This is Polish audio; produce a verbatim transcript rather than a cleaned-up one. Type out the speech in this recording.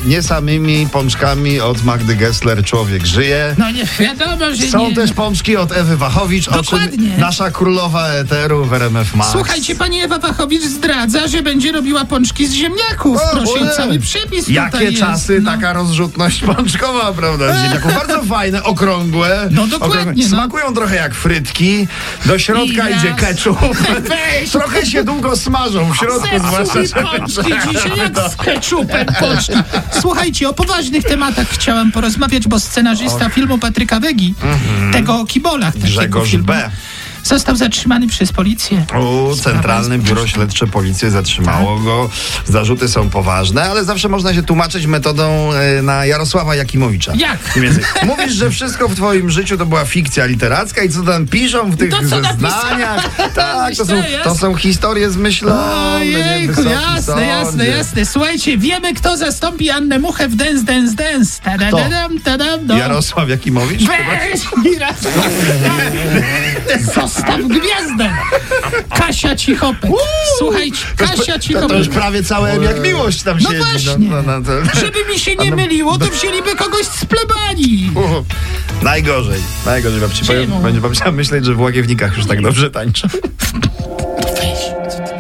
nie samymi pączkami od Magdy Gessler człowiek żyje. No nie wiadomo, że Są nie. też pączki od Ewy Wachowicz, o czym Dokładnie. nasza królowa eteru w R M F Max. Słuchajcie, pani Ewa Wachowicz zdradza, że będzie robiła pączki z ziemniaków. O, Proszę, ojej. cały przepis Jakie tutaj czasy, jest. No. taka rozrzutność pączkowa, prawda? Z ziemniaków. Bardzo fajne, okrągłe. No dokładnie, Okrągłe. no. Smakują trochę jak frytki. Do środka I idzie raz. ketchup. Weź. Trochę się długo smażą w środku, zwłaszcza, Zepsuj że... pączki dzisiaj jak z keczupem pączki. Słuchajcie, o poważnych tematach chciałam porozmawiać, bo scenarzysta filmu Patryka Wegi, tego o kibolach, takiego Grzegorz filmu, B. został zatrzymany przez policję. U, Centralne Biuro Śledcze Policji zatrzymało go. Zarzuty są poważne, ale zawsze można się tłumaczyć metodą e, na Jarosława Jakimowicza. Jak? Mniej więcej. Mówisz, że wszystko w twoim życiu to była fikcja literacka i co tam piszą w tych To, co zeznaniach. Tak, to są, Myślę, to są historie zmyślone. Ojejku, Wysoki jasne, sądzie. jasne, jasne. Słuchajcie, wiemy, kto zastąpi Annę Muchę w Dance, Dance, Dance. Tadadadam, tadam, no. Jarosław Jakimowicz? Weź mi raz. Zostaw gwiazdę. Kasia Cichopek. Słuchajcie, Kasia To, to już Cichopek. prawie całe M jak miłość tam No siedzi. właśnie. No, no, to... Żeby mi się nie myliło, to wzięliby kogoś z plebanii. U, najgorzej, najgorzej babci. Czemu? Będzie babcia myśleć, że w Łagiewnikach już tak dobrze tańczą. Weź.